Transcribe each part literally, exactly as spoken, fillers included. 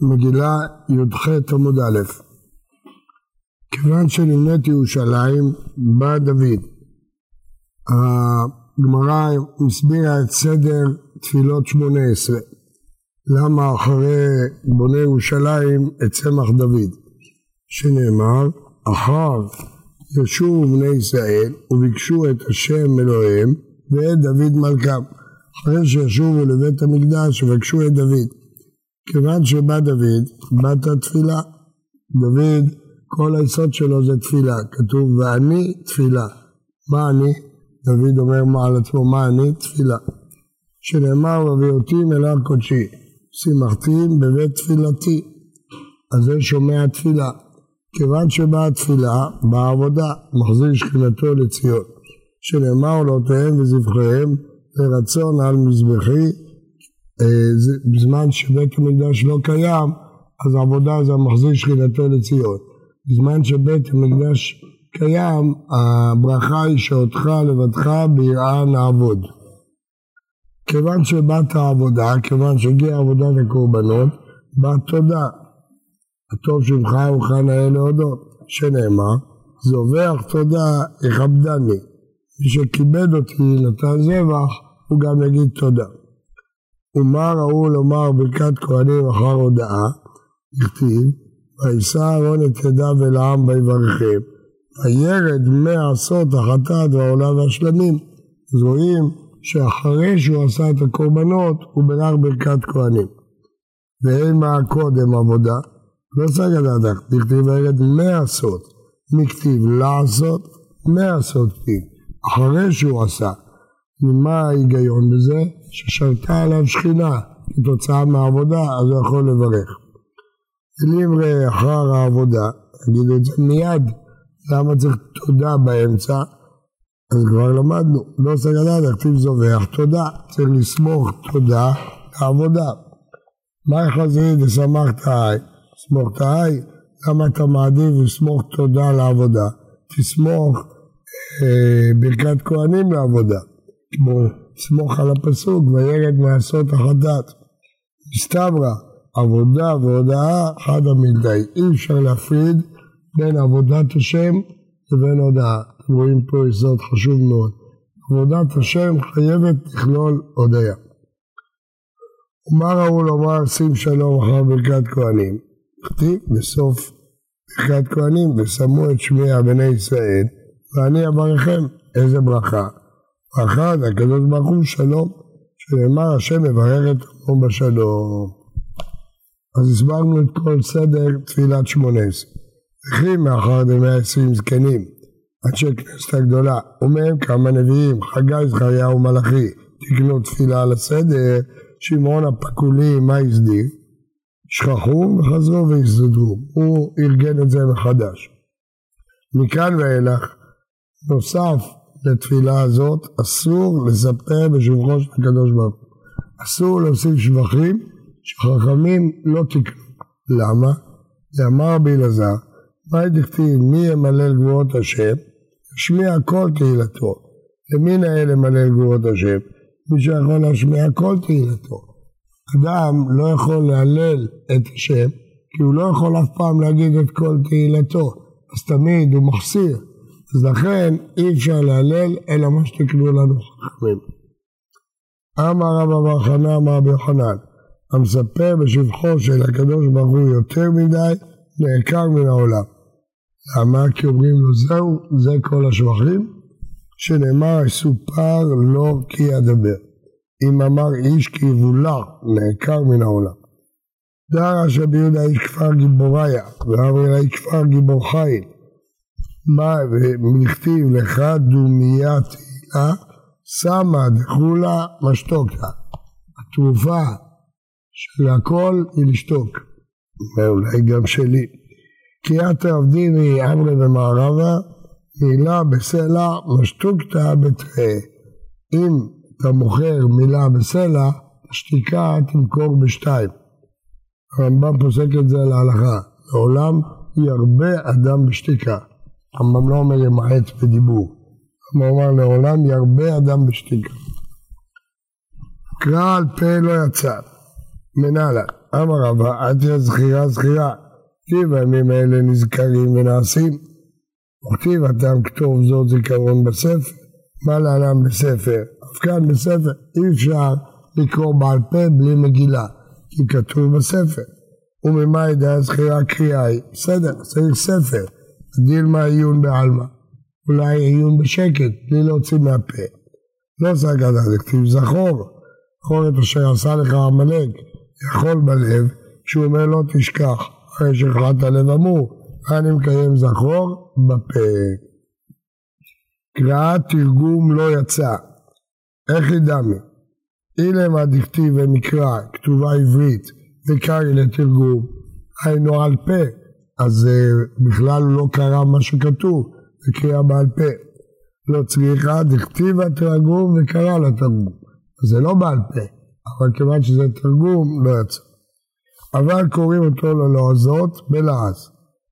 מגילה י"ח עמוד א'. כיוון שנמנית ירושלים בא דוד. הגמרא הסבירה את סדר תפילות שמונה עשרה. למה אחרי בוני ירושלים את צמח דוד? שנאמר, אחר ישובו בני ישראל וביקשו את השם אלוהיהם ואת דוד מלכם. אחרי שישובו לבית המקדש וביקשו את דוד. כיוון שבא דוד, באת תפילה. דוד, כל היסוד שלו זה תפילה. כתוב, ואני תפילה. מה אני? דוד אומר מה על עצמו, מה אני? תפילה. שנאמר, והביאותים אל הר קודשי, שימחתים בבית תפילתי. אז זה שומע תפילה. כיוון שבאה תפילה, באה עבודה, מחזיר שכינתו לציון. שנאמר, עולותיהם וזבחיהם, לרצון על מזבחי, בזמן שבית המקדש לא קיים, אז העבודה זה מחזיר שכינתו לציון. בזמן שבית המקדש קיים, הברכה היא שאותך לבדך ביראה נעבוד. כיוון שבאת העבודה, כיוון שהגיעה עבודת הקורבנות, באת תודה. הטוב שמך וכאן היה להודות, שנאמר, זובח תודה יכבדני. מי שכיבד אותי נתן זבח, הוא גם יגיד תודה. ומה ראו לומר ברכת כהנים אחר הודאה, נכתיב, וישא אהרון את ידיו אל העם ויברכם, וירד מעשות החטאת והעולה והשלמים. אז רואים שאחרי שהוא עשה את הקורבנות, הוא בירך ברכת כהנים. ואין מה קודם עבודה, לא סגד הדק, נכתיב וירד מעשות, נכתיב לעשות, מעשות כתיב. אחרי שהוא עשה, ממה ההיגיון בזה? ששרתה עליו שכינה כתוצאה מהעבודה, אז הוא יכול לברך. ולמרי אחר העבודה, תגידו את זה מיד, למה צריך תודה באמצע? אז כבר למדנו, לא סגדה, תכתיב זובח תודה, צריך לסמוך תודה לעבודה. מה יחזרי ושמחת היי? סמוך תהי, למה אתה מעדיף לסמוך תודה לעבודה? תסמוך אה, ברכת כהנים לעבודה, כמו סמוך על הפסוק וירד מעשות החטאת. מסתברא, עבודה והודאה חד המילתא. אי אפשר להפריד בין עבודת השם לבין הודאה. אתם רואים פה יסוד חשוב מאוד. עבודת השם חייבת לכלול הודאה. ומה ראו לומר שים שלום אחר ברכת כהנים? כתיב בסוף ברכת כהנים ושמו את שמי בני ישראל ואני אברכם. איזה ברכה? ואחד, הקדוש ברוך הוא שלום, שנאמר השם מברך את עמו בשלום. אז הסברנו את כל סדר תפילת שמונה עשרה. וכי מאחר דמאה עשרים זקנים, אנשי כנסת הגדולה, ומהם כמה נביאים, חגי, זכריה ומלאכי, תקנו תפילה על הסדר, שמעון הפקולי, מה הסדיר? שכחו וחזרו והסדרו. הוא ארגן את זה מחדש. מכאן ואילך, נוסף, לתפילה הזאת אסור לספר בשבחו של הקדוש ברוך הוא. אסור להוסיף שבחים שחכמים לא תקנו. למה? אמר רבי אלעזר, מה דכתיב מי ימלל גבורות השם? ישמיע כל תהילתו. למי נאה למלל גבורות השם? מי שיכול להשמיע כל תהילתו. אדם לא יכול להלל את השם, כי הוא לא יכול אף פעם להגיד את כל תהילתו. אז תמיד הוא מחסיר. אז לכן אי אפשר להלל אלא מה שתקנו לנו חכמים. אמר רבא בר חנא אמר רבי יוחנן, המספר בשבחו של הקדוש ברוך הוא יותר מדי, נעקר מן העולם. למה? כי אומרים לו זהו, זה כל השבחים, שנאמר יסופר לא כי ידבר. אם אמר איש כי יבולע, נעקר מן העולם. דרש רבי יהודה איש כפר גיבוריה, ואמר איש כפר גיבור חיל. מה, ונכתיב לך דומיה תהילה, שמה דחולה משתוקה. התרופה של הכל היא לשתוק. ואולי גם שלי. כי את עבדים היא אמרה ומערבה, מילה בסלע משתוקתה בתראה. אם אתה מוכר מילה בסלע, השתיקה תמכור בשתיים. הרמב"ם פוסק את זה להלכה. לעולם ירבה אדם בשתיקה. הרמב"ם לא אומר ימעט בדיבור, הוא אומר לעולם ירבה אדם בשתיקה. קרא על פה לא יצא, מנהלה, אמר רבא, עתיה זכירה זכירה, כתיב הימים האלה נזכרים ונעשים, וכתיב הטעם כתוב זאת זיכרון בספר, מה להלן בספר? אף כאן בספר אי אפשר לקרוא בעל פה בלי מגילה, כי כתוב בספר. וממה ידע זכירה קריאה היא? בסדר, צריך ספר, דילמה עיון בעלמא, אולי עיון בשקט, בלי להוציא מהפה. לא סגד הזה, כתיב זכור, זכור את אשר עשה לך עמלק, יכול בלב, כשהוא אומר לא תשכח, אחרי שהחלטת לב אמור, אני מקיים זכור בפה. קריאת תרגום לא יצא, איך ידעמי? אילמה דכתיב ונקרא, כתובה עברית, וקריא לתרגום, היינו על פה, אז uh, בכלל לא קרא מה שכתוב, וקריאה בעל פה. לא צריכה, דכתיב התרגום וקרא לתרגום. אז זה לא בעל פה, אבל כיוון שזה תרגום, לא יצא. אבל קוראים אותו ללועזות בלעז.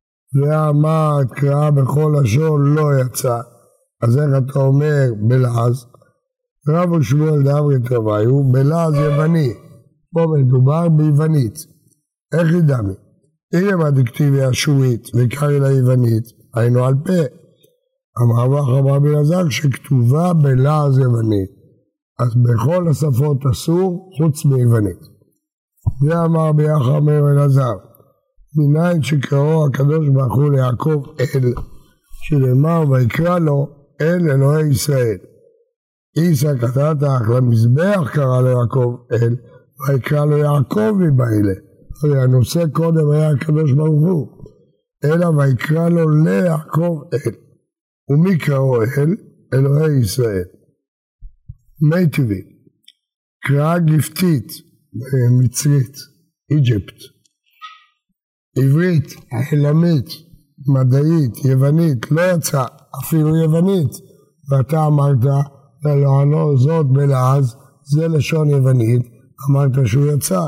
ואמר קראה בכל לשון לא יצא. אז איך אתה אומר בלעז? רב ושמואל דאמרי תרוויו, בלעז יווני. פה מדובר ביוונית. איך ידעמי? אם הדקטיבי השורית וקריא ליוונית, היינו על פה. אמר רבא אמר רבי אלעזר שכתובה בלעז יוונית. אז בכל השפות אסור חוץ מיוונית. ואמר ביחד אמר אלעזר, מניין שקראו הקדוש ברוך הוא ליעקב אל, שנאמר ויקרא לו אל אלוהי ישראל. עיסא כתתך למזבח קרא ליעקב אל, ויקרא לו יעקב מבעילה. הנושא קודם היה הקדוש ברוך הוא, אלא ויקרא לו ליעקב אל. ומי קראו אל? אלוהי ישראל. מי טבעי, קראה גפתית, מצרית, איג'פט, עברית, חילמית, מדעית, יוונית, לא יצא, אפילו יוונית, ואתה אמרת, ללענו זאת בלעז, זה לשון יוונית, אמרת שהוא יצא.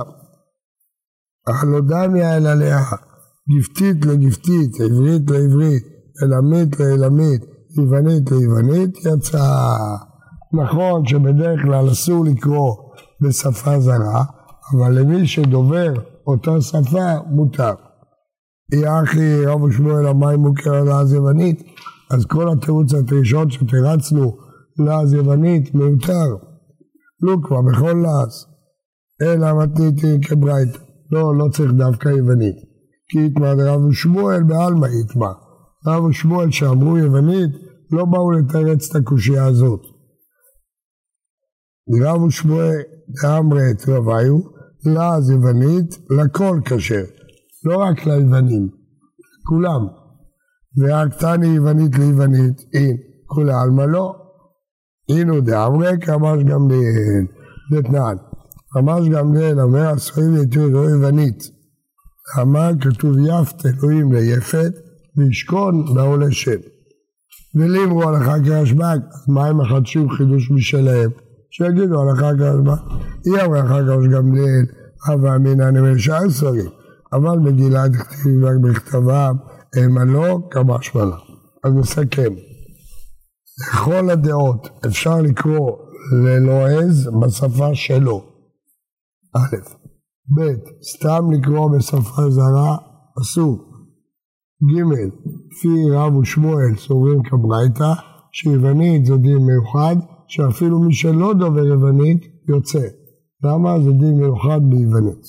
החלודמיה אל עליה, גפתית לגפתית, עברית לעברית, אלמית לאלמית, יוונית ליוונית, יצא. נכון שבדרך כלל אסור לקרוא בשפה זרה, אבל למי שדובר אותה שפה מותר. יחי רב ושמואל המים מוכר לעז יוונית, אז כל התירוץ התרישות שתרצנו לעז יוונית מיותר. לא כבר בכל לעז. אלא מתניתי כברייתא. לא, לא צריך דווקא יוונית. כי יתמד רב ושמואל בעלמא יתמא. רב ושמואל שאמרו יוונית, לא באו לתרץ את הקושייה הזאת. רב ושמואל דאמרי את רביו, לעז יוונית, לכל כשר. לא רק ליוונים, כולם. והקטני יוונית ליוונית, אין, כולי עלמא לא. אינו דאמרי כמש גמליאל, דתנן. כמש גמליאל אומר, עשויים ליתו לא יוונית. אמר כתוב יפת אלוהים ליפת, וישכון בעולה שם. ולימרו הלכה כרשב"ג, אז מה הם מחדשים חידוש משלהם? שיגידו הלכה כרשב"ג. היא אמרה הלכה כרשגמליאל, הווה אמינא נמל שאר ספרים. אבל מגילה דכתיב בכתבם, הם לא כמשמע לה. אז נסכם. לכל הדעות אפשר לקרוא ללועז בשפה שלו. א', ב', סתם לקרוא בשפה זרה, אסור. ג', לפי רב ושמואל סוברים כברייתא, שיוונית זה דין מיוחד, שאפילו מי שלא דובר יוונית יוצא. למה? זה דין מיוחד ביוונית.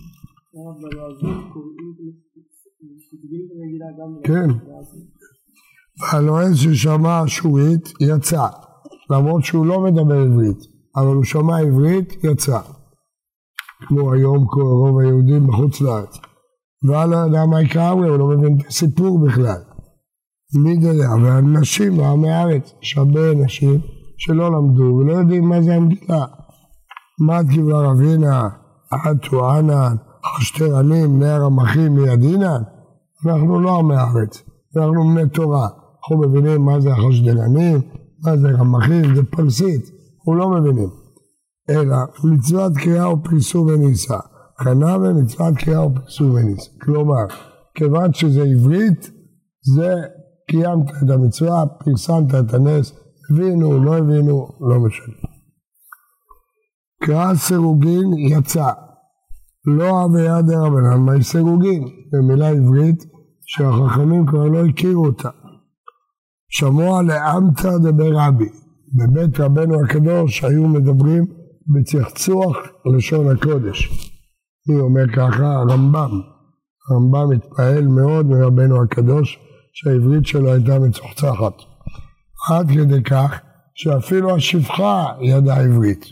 כן. והלועז ששמע אשורית יצא, למרות שהוא לא מדבר עברית, אבל הוא שמע עברית יצא. כמו היום כל רוב היהודים בחוץ לארץ. ואל לא יודע מה יקרה, הוא לא מבין את הסיפור בכלל. מי יודע, והנשים בעמי הארץ, יש הרבה אנשים שלא למדו ולא יודעים מה זה המגילה. מה תקבלה רבינה, אחת תואנן, חשטרנים, בני הרמחים מידינן? אנחנו לא עמי הארץ, אנחנו בני תורה. אנחנו מבינים מה זה החשדלנים, מה זה רמחים, זה פרסית, אנחנו לא מבינים. אלא מצוות קריאה ופרסום וניסה. קנה במצוות קריאה ופרסום וניסה. כלומר, כיוון שזה עברית, זה קיימת את המצווה, פרסמת את הנס, הבינו, לא הבינו, לא משנה. קרא סירוגין יצא. לא אביה דרבנן, מהי סירוגין? במילה עברית שהחכמים כבר לא הכירו אותה. שמוע לאמתא דברבי, בבית רבנו הקדוש היו מדברים בצחצוח לשון הקודש. היא אומר ככה הרמב"ם, הרמב"ם התפעל מאוד מרבנו הקדוש שהעברית שלו הייתה מצוחצחת. עד כדי כך שאפילו השפחה ידעה עברית.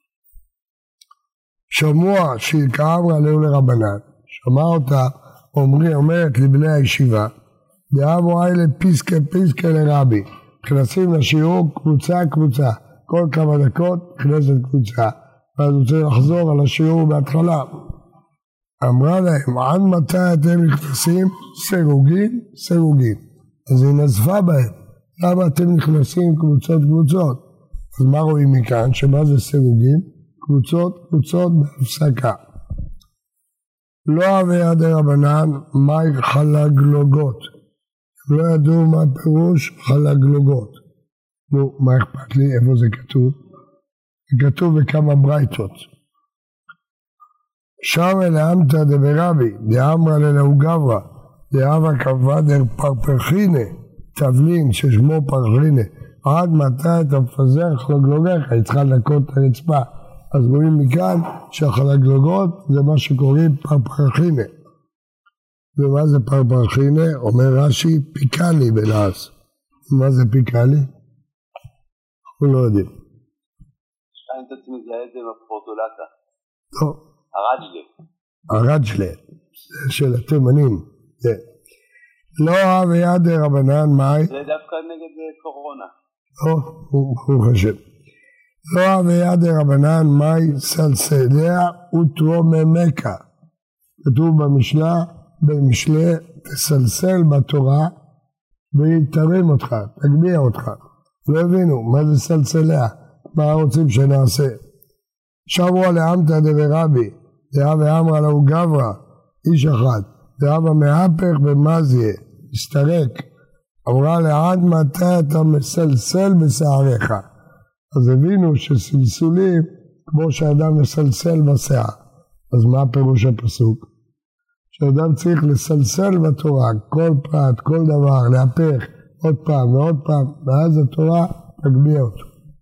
שמוע שיקרא אמרה לו לרבנן, שמע אותה אומרי, אומרת לבני הישיבה, דאבו אלה פיסקה פיסקה לרבי, נכנסים לשיעור קבוצה קבוצה, כל כמה דקות נכנסת קבוצה, ואז הוא צריך לחזור על השיעור בהתחלה. אמרה להם, עד מתי אתם נכנסים? סירוגין, סירוגין. אז היא נזפה בהם, למה אתם נכנסים קבוצות קבוצות? אז מה רואים מכאן? שמה זה סירוגין? קבוצות קבוצות בהפסקה. לא אביה דרבנן, מהי חלגלוגות? לא ידעו מה פירוש חלגלוגות. נו, מה אכפת לי? איפה זה כתוב? זה כתוב בכמה ברייתות. שם לאמתא דברבי, דאמרה ללאו גברא, דאבה קבע דר פרפרחינה, תבלין ששמו פרפרחינה, עד מתי אתה מפזר חלגלוגיך, היא צריכה לנקות את הרצפה. אז רואים מכאן שהחלגלוגות זה מה שקוראים פרפרחינה. ומה זה פרפרחינה? אומר רש"י, פיקלי בלעז. מה זה פיקלי? אנחנו לא יודעים. שתיים תצא מזהה את זה בפורטולטה. לא. הרג'לה. הרג'לה, זה של התימנים. לא אביה דרבנן, מהי? זה דווקא נגד קורונה. לא, הוא חושב. לא אביה דרבנן, מהי סלסליה וטרוממקה. כתוב במשנה, במשלי, תסלסל בתורה והיא תרים אותך, תגביה אותך. לא הבינו, מה זה סלסליה? מה רוצים שנעשה? שבוע לאמתא דברבי, דאבה אמרה לו גברא, איש אחד, דאבה מהפך במזיה, הסתרק, אמרה לעד מתי אתה מסלסל בשעריך. אז הבינו שסלסולים כמו שאדם מסלסל בשיער. אז מה פירוש הפסוק? שאדם צריך לסלסל בתורה, כל פרט, כל דבר, להפך, עוד פעם ועוד פעם, ואז התורה תגביה אותו.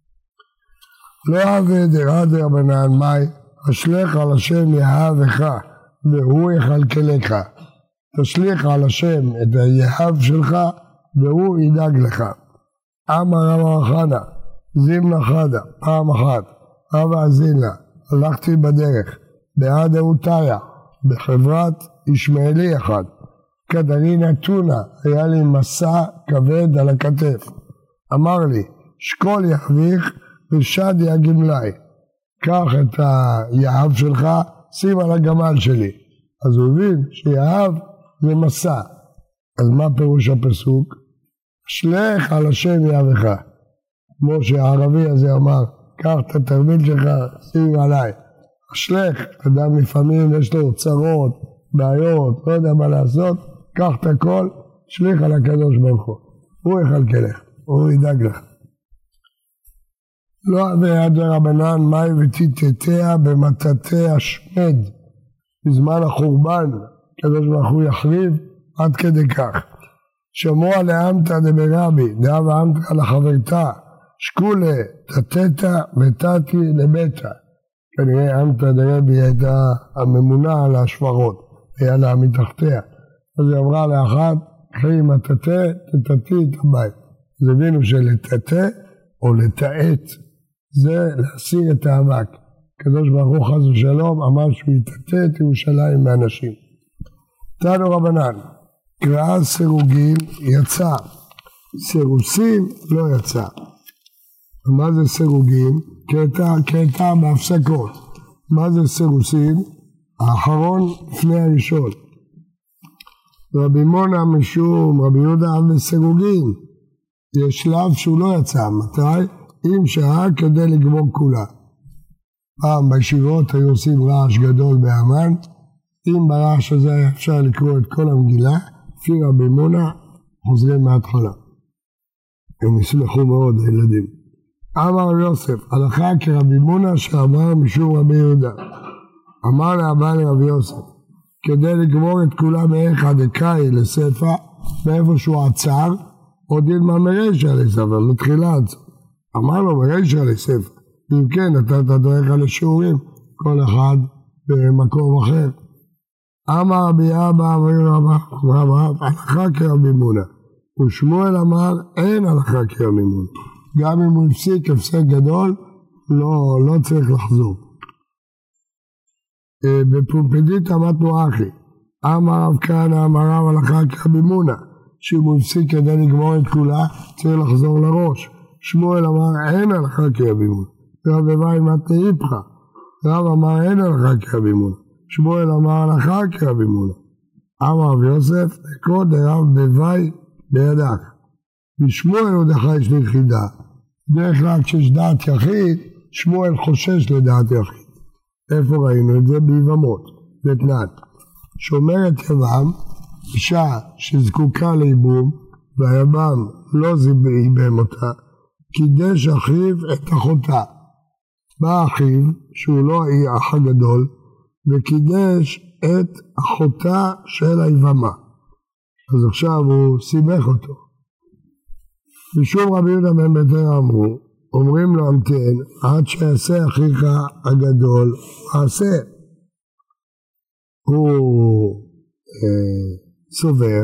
לא אביה דרא דרבנן, מהי? השליך על השם יאהבך, והוא יכלכלך. תשליך על השם את היהב שלך, והוא ידאג לך. אמר רבא חנא, זימנה חדה, פעם אחת, רבא אזינה, הלכתי בדרך, בעד אהותיה, בחברת ישמעאלי אחד, קדרינה טונה, היה לי מסע כבד על הכתף. אמר לי, שקול יחביך ושד יגמלי, קח את היהב שלך, שים על הגמל שלי. אז הוא הבין שיהב זה מסע. אז מה פירוש הפסוק? שלך על השם יהבך. כמו שהערבי הזה אמר, קח את התרמיל שלך, שים עליי. שלך, אדם לפעמים יש לו צרות, בעיות, לא יודע מה לעשות, קח את הכל, שליך על הקדוש ברוך הוא. הוא יכלכלך, הוא ידאג לך. לא אביה דרבנן, מהי ותיתתיה במטאטי השמד. בזמן החורבן, הקדוש ברוך הוא יחריב עד כדי כך. שמוע לאמתא דברבי, דאבה אמתא לחברתה, שקולה תתתה ותתי לביתה. כנראה אמתא דרבי הייתה הממונה על השברות, היה לה מתחתיה. אז היא אמרה לאחת, קחי מטאטה, תטאטי את הבית. אז הבינו שלטאטה או לטעת, זה להסיר את האבק. הקדוש ברוך הוא חס ושלום אמר שהוא יטאטא את ירושלים מאנשים. תנו רבנן, קראה סירוגין יצא, סירוסים לא יצא. מה זה סירוגין? קטע בהפסקות. מה זה סירוסים? האחרון לפני הראשון. רבי מונה משום רבי יהודה עד לסירוגין. יש שלב שהוא לא יצא. מתי? אם שעה כדי לגמור כולה. פעם בישיבות היו עושים רעש גדול באמן. אם ברעש הזה היה אפשר לקרוא את כל המגילה, לפי רבי מונה חוזרים מההתחלה. הם ישמחו מאוד הילדים. אמר יוסף, הלכה כרבי מונה שאמר משום רבי יהודה. אמר לאבא לרבי יוסף, כדי לגמור את כולה מאיכה דקאי לספא, מאיפה שהוא עצר, עוד ילמה מרישא לספא, מתחילה עצר. אמר לו מרישא לספא, אם כן, נתת דרך לשיעורים, כל אחד במקום אחר. אמר רבי אבא, אמר רבא, הלכה כרבי מונא. ושמואל אמר, אין הלכה כרבי מונא. גם אם הוא הפסיק הפסק גדול, לא, לא צריך לחזור. בפומפדית אמתנו אחי, אמר רב כהנא אמר רב הלכה כרבי מונא, שאם הוא הפסיק כדי לגמור את כולה, צריך לחזור לראש. שמואל אמר, אין הלכה כרבי מונא. רב אביי מתנה איפכא. רב אמר, אין הלכה כרבי מונא. שמואל אמר הלכה כרבי מונא. אמר רב יוסף, לקרוא דרב בוואי בידך. ושמואל הוא דחה יש לי חידה. דרך כלל כשיש דעת יחיד, שמואל חושש לדעת יחיד. איפה ראינו את זה? ביבמות, לתנן. שומרת יבם, אישה שזקוקה ליבום, והיבם לא ייבם אותה, קידש אחיו את אחותה. בא אחיו, שהוא לא האח הגדול, וקידש את אחותה של היבמה. אז עכשיו הוא סיבך אותו. ושוב רבי יהודה בן בתרא אמרו, אומרים לו המתן, עד שיעשה אחיך הגדול, עשה. הוא אה, סובר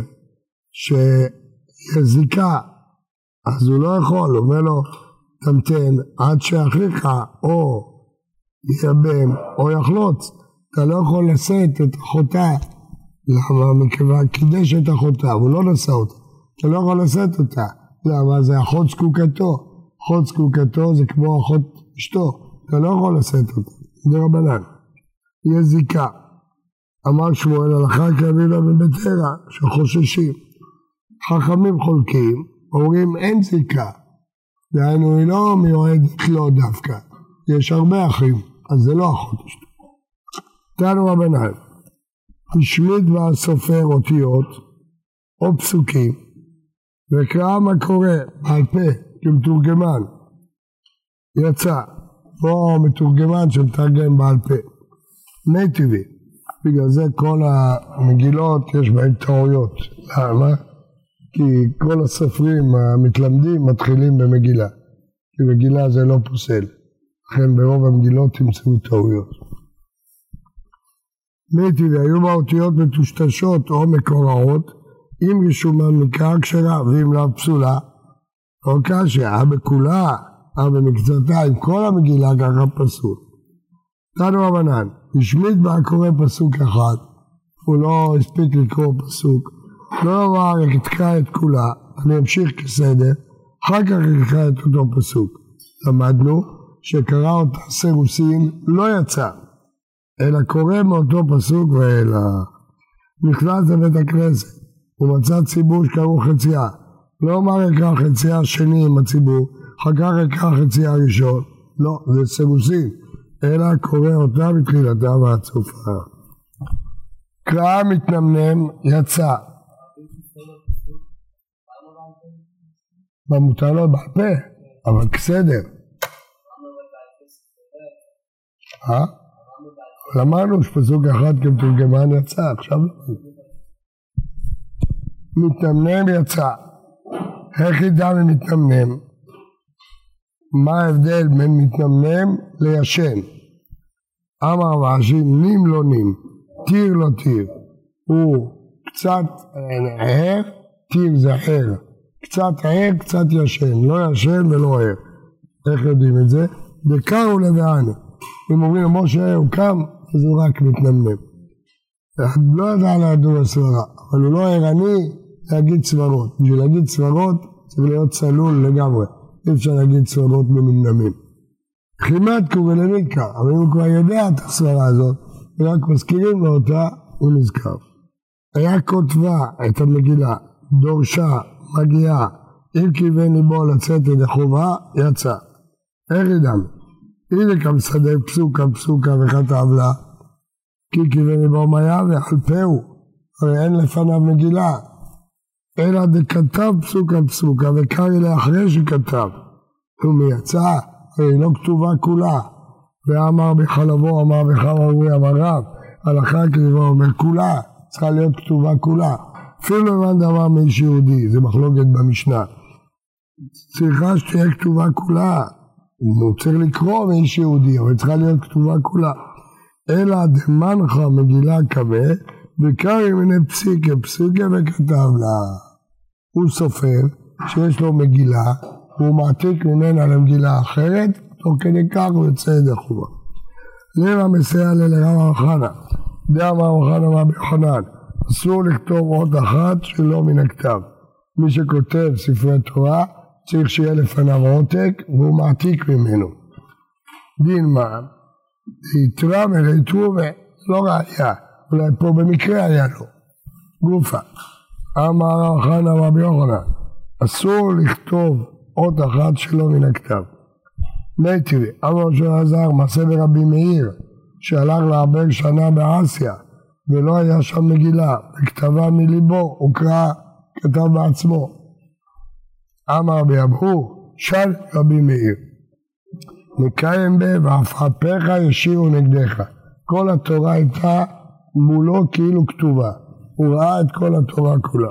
שיזיקה, אז הוא לא יכול, הוא אומר לו, תמתן עד שאחיך או יבם או יחלוץ, אתה לא יכול לשאת את אחותה, למה? מכיוון קידש את אחותה, הוא לא נשא אותה, אתה לא יכול לשאת אותה, למה? זה אחות זקוקתו, אחות זקוקתו זה כמו אחות אשתו, אתה לא יכול לשאת אותה, זה רבנן, יש זיקה. אמר שמואל הלכה כרבי יהודה בן בתרא, שחוששים, חכמים חולקים, אומרים אין זיקה, דהיינו היא לא מיועדת לו דווקא, יש הרבה אחים, אז זה לא אחות אשתו. תנו רבנן, השמיט והסופר אותיות או פסוקים, וקרא מה קורה בעל פה כמתורגמן, יצא, פה מתורגמן שמתרגם בעל פה, מי טבעי, בגלל זה כל המגילות יש בהן טעויות, למה? כי כל הסופרים המתלמדים מתחילים במגילה, כי מגילה זה לא פוסל, לכן ברוב המגילות תמצאו טעויות. מי טבעי, היו באותיות מטושטשות או מקורעות, אם רישומן מקרא כשרה ואם לא פסולה, או קשה, בכולה, במקצתה, עם כל המגילה ככה פסול. תנו רבנן, השמיט בה קורא פסוק אחד, הוא לא הספיק לקרוא פסוק, לא אמר יקרא את כולה, אני אמשיך כסדר, אחר כך יקרא את אותו פסוק. למדנו שקרא אותה סירוסין לא יצא, אלא קורא מאותו פסוק ואלא. נכנס לבית הכנסת, הוא מצא ציבור שקראו חצייה, לא אמר יקרא חצייה השני עם הציבור, אחר כך יקרא חצייה הראשון, לא, זה סירוסין, אלא קורא אותה בתחילתה ועד סופה. קרא מתנמנם יצא. במותר לו בעל פה, אבל כסדר. אה? למדנו שפסוק אחד כמתורגמן יצא, עכשיו לא. מתנמנם יצא. איך ידע ממתנמנם? מה ההבדל בין מתנמנם לישן? אמר רש"י, נים לא נים, טיר לא טיר. הוא קצת ער, טיר זה ער. קצת ער, קצת ישן. לא ישן ולא ער. איך יודעים את זה? דקר הוא לבענו. אם אומרים למשה הוא קם, אז הוא רק מתנמנם. לא ידע להדור הסברה, אבל הוא לא ערני להגיד סברות. בשביל להגיד סברות צריך להיות צלול לגמרי. אי אפשר להגיד סברות במנמנים. חימת קורלניקה, אבל אם הוא כבר יודע את הסברה הזאת, ורק מזכירים לו אותה, הוא נזכר. היה כותבה את המגילה, דורשה, מגיעה, אם כיוון ליבו לצאת ידי חובה, יצא. איך ידעם? הנה כמסדר פסוקה פסוקה וכתב לה, כי כיוון ליבו מיה ויחלפהו, הרי אין לפניו מגילה. אלא דכתב פסוקה פסוקה וקרא לה אחרי שכתב. הוא מייצא, הרי לא כתובה כולה. ואמר בחלבו, אמר בחלבו, אורי אמר רב, הלכה כתיבה אומר כולה, צריכה להיות כתובה כולה. אפילו לא הבן דבר מאיש יהודי, זה מחלוקת במשנה. צריכה שתהיה כתובה כולה, הוא צריך לקרוא מאיש יהודי, אבל צריכה להיות כתובה כולה. אלא דמנחה מגילה קווה, וקרא מיני פסיקה, פסיקה וכתב לה. הוא סופר שיש לו מגילה, הוא מעתיק ממנה למגילה אחרת, תוך כדי כך הוא יוצא ידי חובה. למה מסייע לרב חנה? דאמר רב חנה רבי יוחנן, אסור לכתוב אות אחת שלא מן הכתב. מי שכותב ספרי תורה צריך שיהיה לפניו עותק והוא מעתיק ממנו. דין מה? יתרה מרתרובה, לא ראיה, אולי פה במקרה היה לו. גופה. אמר רב חנה רבי יוחנן, אסור לכתוב אות אחת שלא מן הכתב. נתיבי, אמר של עזר, מעשה ברבי מאיר, שהלך להרבה שנה באסיה, ולא היה שם מגילה, וכתבה מליבו, הוא קרא, כתב בעצמו. אמר רבי אבהו, של רבי מאיר, מקיים בה, ועפעפיך ישירו נגדך. כל התורה הייתה מולו כאילו כתובה, הוא ראה את כל התורה כולה.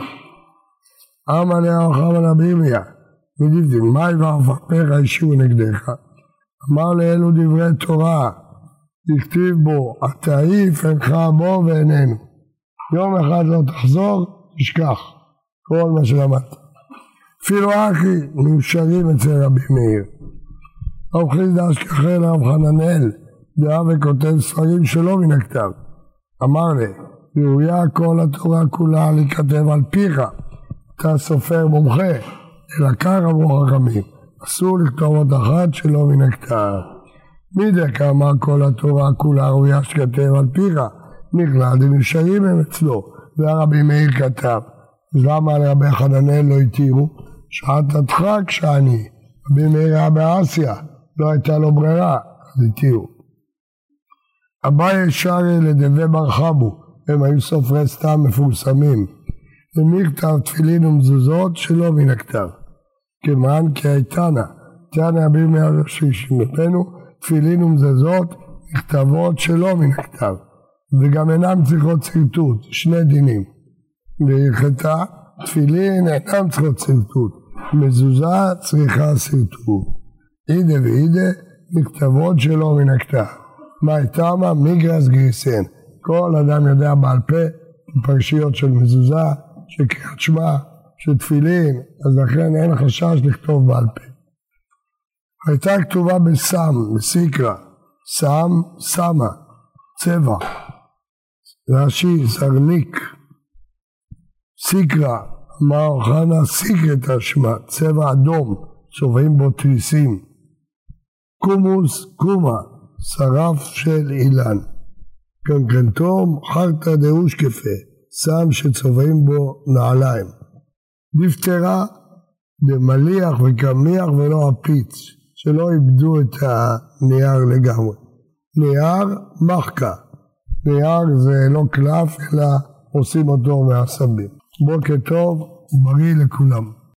אמר לרב חמן רבי מיה, מדיבדין, מאי ועפעפיך ישירו נגדך? אמר לאלו דברי תורה, תכתיב בו, התעיף אינך בו ואיננו. יום אחד לא תחזור, תשכח כל מה שלמדת. אפילו אחי מאושרים אצל רבי מאיר. רב חיסדא אשכחי לרב חננאל, דעה וכותב ספרים שלא מן הכתב. אמר לי, ראויה כל התורה כולה להיכתב על פיך, אתה סופר מומחה, אלא כך אמרו חכמים. אסור לכתוב עוד אחת שלא מן הכתב. מי דקה אמר כל התורה כולה ראויה שכתב על פיך? נכלל דנשארים הם אצלו, והרבי מאיר כתב. אז למה לרבי חננאל לא התירו? שעת הדחק שאני, רבי מאיר היה באסיה, לא הייתה לו ברירה, אז התירו. אביי שרי לדבי בר חבו, הם היו סופרי סתם מפורסמים, ומכתב תפילין ומזוזות שלא מן הכתב. כמען כי הייתנה, תנא רבי מאיר שישמענו, תפילין ומזוזות נכתבות שלא מן הכתב, וגם אינם צריכות שרטוט, שני דינים. והלכתה, תפילין אינם צריכות שרטוט, מזוזה צריכה שרטוט. אידה ואידה נכתבות שלא מן הכתב. מה הייתמה? מיגרס גריסן. כל אדם יודע בעל פה פרשיות של מזוזה, של קריאת שמע, של תפילין, אז לכן אין חשש לכתוב בעל פה. הייתה כתובה בסם, בסיקרא, סם, סמה, צבע, רש"י, זרניק, סיקרא, אמר חנה סיקראת השמה, צבע אדום, צובעים בו תריסים, קומוס, קומה, שרף של אילן, קנקנטום, חרטא דאושקפה, סם שצובעים בו נעליים, דפתרה, דמליח וקמיח ולא הפיץ, שלא איבדו את הנייר לגמרי. נייר מחקה, נייר זה לא קלף אלא עושים אותו מעשבים. בוקר טוב ובריא לכולם.